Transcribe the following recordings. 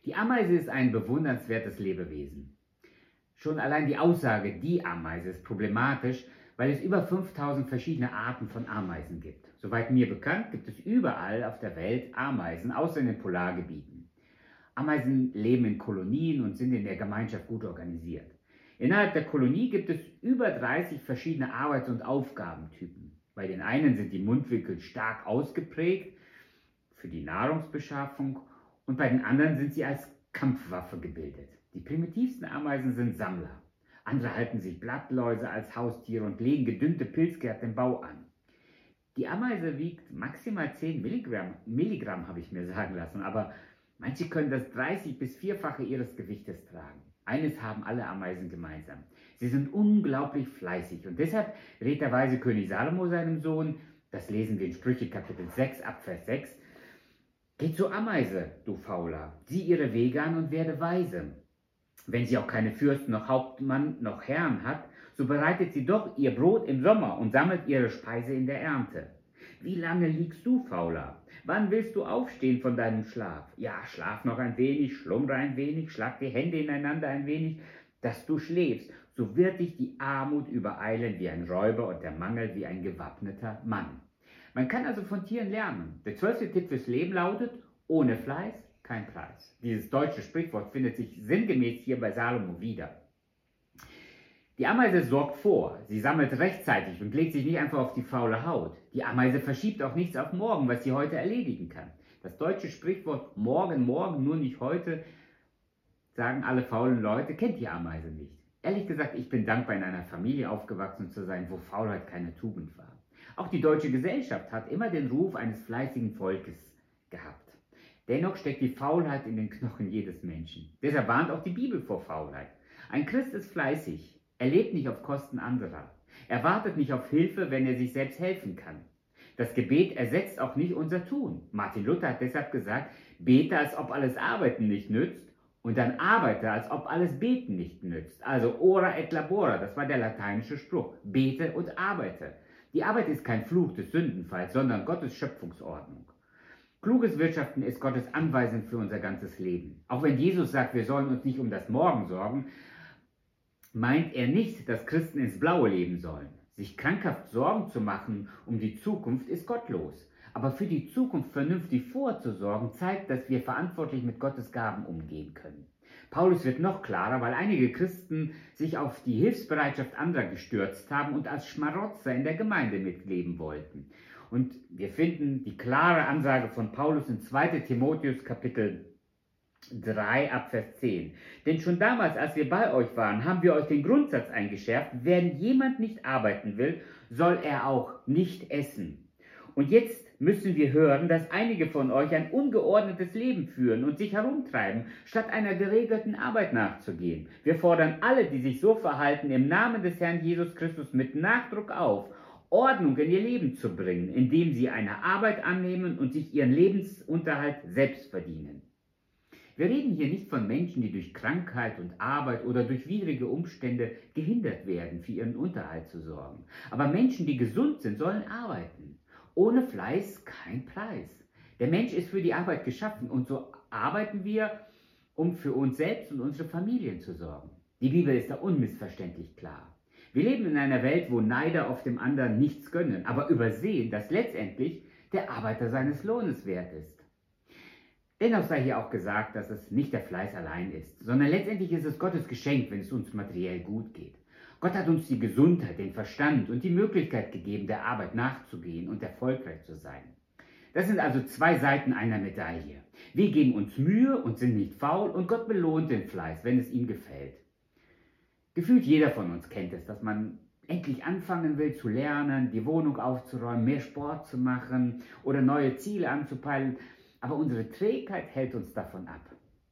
Die Ameise ist ein bewundernswertes Lebewesen. Schon allein die Aussage, die Ameise, ist problematisch, weil es über 5000 verschiedene Arten von Ameisen gibt. Soweit mir bekannt, gibt es überall auf der Welt Ameisen, außer in den Polargebieten. Ameisen leben in Kolonien und sind in der Gemeinschaft gut organisiert. Innerhalb der Kolonie gibt es über 30 verschiedene Arbeits- und Aufgabentypen. Bei den einen sind die Mundwinkel stark ausgeprägt für die Nahrungsbeschaffung und bei den anderen sind sie als Kampfwaffe gebildet. Die primitivsten Ameisen sind Sammler. Andere halten sich Blattläuse als Haustiere und legen gedünnte Pilzgärten im Bau an. Die Ameise wiegt maximal 10 Milligramm, habe ich mir sagen lassen, aber manche können das 30- bis 4-fache ihres Gewichtes tragen. Eines haben alle Ameisen gemeinsam: sie sind unglaublich fleißig und deshalb rät der weise König Salomo seinem Sohn, das lesen wir in Sprüche Kapitel 6 ab Vers 6, geh zur Ameise, du Fauler, sieh ihre Wege an und werde weise. Wenn sie auch keine Fürsten noch Hauptmann noch Herrn hat, so bereitet sie doch ihr Brot im Sommer und sammelt ihre Speise in der Ernte. Wie lange liegst du, Fauler? Wann willst du aufstehen von deinem Schlaf? Ja, schlaf noch ein wenig, schlummere ein wenig, schlag die Hände ineinander ein wenig, dass du schläfst. So wird dich die Armut übereilen wie ein Räuber und der Mangel wie ein gewappneter Mann. Man kann also von Tieren lernen. Der 12. Tipp fürs Leben lautet: ohne Fleiß kein Preis. Dieses deutsche Sprichwort findet sich sinngemäß hier bei Salomo wieder. Die Ameise sorgt vor, sie sammelt rechtzeitig und legt sich nicht einfach auf die faule Haut. Die Ameise verschiebt auch nichts auf morgen, was sie heute erledigen kann. Das deutsche Sprichwort morgen, morgen, nur nicht heute, sagen alle faulen Leute, kennt die Ameise nicht. Ehrlich gesagt, ich bin dankbar, in einer Familie aufgewachsen zu sein, wo Faulheit keine Tugend war. Auch die deutsche Gesellschaft hat immer den Ruf eines fleißigen Volkes gehabt. Dennoch steckt die Faulheit in den Knochen jedes Menschen. Deshalb warnt auch die Bibel vor Faulheit. Ein Christ ist fleißig. Er lebt nicht auf Kosten anderer. Er wartet nicht auf Hilfe, wenn er sich selbst helfen kann. Das Gebet ersetzt auch nicht unser Tun. Martin Luther hat deshalb gesagt, bete, als ob alles Arbeiten nicht nützt, und dann arbeite, als ob alles Beten nicht nützt. Also ora et labora, das war der lateinische Spruch. Bete und arbeite. Die Arbeit ist kein Fluch des Sündenfalls, sondern Gottes Schöpfungsordnung. Kluges Wirtschaften ist Gottes Anweisung für unser ganzes Leben. Auch wenn Jesus sagt, wir sollen uns nicht um das Morgen sorgen, meint er nicht, dass Christen ins Blaue leben sollen. Sich krankhaft Sorgen zu machen um die Zukunft ist gottlos. Aber für die Zukunft vernünftig vorzusorgen, zeigt, dass wir verantwortlich mit Gottes Gaben umgehen können. Paulus wird noch klarer, weil einige Christen sich auf die Hilfsbereitschaft anderer gestürzt haben und als Schmarotzer in der Gemeinde mitleben wollten. Und wir finden die klare Ansage von Paulus in 2. Timotheus Kapitel 3 ab Vers 10. Denn schon damals, als wir bei euch waren, haben wir euch den Grundsatz eingeschärft: wenn jemand nicht arbeiten will, soll er auch nicht essen. Und jetzt müssen wir hören, dass einige von euch ein ungeordnetes Leben führen und sich herumtreiben, statt einer geregelten Arbeit nachzugehen. Wir fordern alle, die sich so verhalten, im Namen des Herrn Jesus Christus mit Nachdruck auf, Ordnung in ihr Leben zu bringen, indem sie eine Arbeit annehmen und sich ihren Lebensunterhalt selbst verdienen. Wir reden hier nicht von Menschen, die durch Krankheit und Arbeit oder durch widrige Umstände gehindert werden, für ihren Unterhalt zu sorgen. Aber Menschen, die gesund sind, sollen arbeiten. Ohne Fleiß kein Preis. Der Mensch ist für die Arbeit geschaffen und so arbeiten wir, um für uns selbst und unsere Familien zu sorgen. Die Bibel ist da unmissverständlich klar. Wir leben in einer Welt, wo Neider auf dem anderen nichts gönnen, aber übersehen, dass letztendlich der Arbeiter seines Lohnes wert ist. Dennoch sei hier auch gesagt, dass es nicht der Fleiß allein ist, sondern letztendlich ist es Gottes Geschenk, wenn es uns materiell gut geht. Gott hat uns die Gesundheit, den Verstand und die Möglichkeit gegeben, der Arbeit nachzugehen und erfolgreich zu sein. Das sind also zwei Seiten einer Medaille. Wir geben uns Mühe und sind nicht faul und Gott belohnt den Fleiß, wenn es ihm gefällt. Gefühlt jeder von uns kennt es, dass man endlich anfangen will zu lernen, die Wohnung aufzuräumen, mehr Sport zu machen oder neue Ziele anzupeilen, aber unsere Trägheit hält uns davon ab.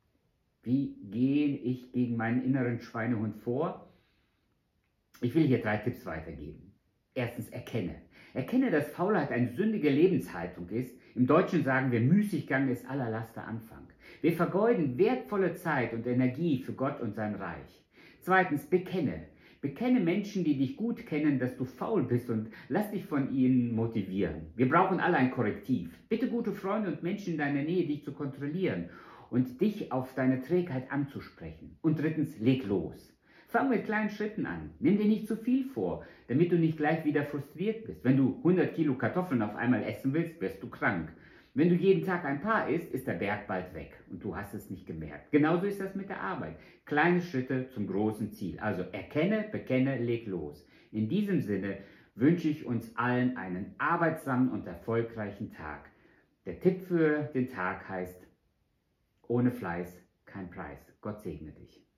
Wie gehe ich gegen meinen inneren Schweinehund vor? Ich will hier 3 Tipps weitergeben. Erstens, erkenne. Erkenne, dass Faulheit eine sündige Lebenshaltung ist. Im Deutschen sagen wir, Müßiggang ist aller Laster Anfang. Wir vergeuden wertvolle Zeit und Energie für Gott und sein Reich. Zweitens, bekenne. Bekenne Menschen, die dich gut kennen, dass du faul bist und lass dich von ihnen motivieren. Wir brauchen alle ein Korrektiv. Bitte gute Freunde und Menschen in deiner Nähe, dich zu kontrollieren. und dich auf deine Trägheit anzusprechen. Und drittens, leg los. Fang mit kleinen Schritten an. Nimm dir nicht zu viel vor, damit du nicht gleich wieder frustriert bist. Wenn du 100 Kilo Kartoffeln auf einmal essen willst, wirst du krank. Wenn du jeden Tag ein paar isst, ist der Berg bald weg und du hast es nicht gemerkt. Genauso ist das mit der Arbeit. Kleine Schritte zum großen Ziel. Also erkenne, bekenne, leg los. In diesem Sinne wünsche ich uns allen einen arbeitsamen und erfolgreichen Tag. Der Tipp für den Tag heißt, ohne Fleiß kein Preis. Gott segne dich.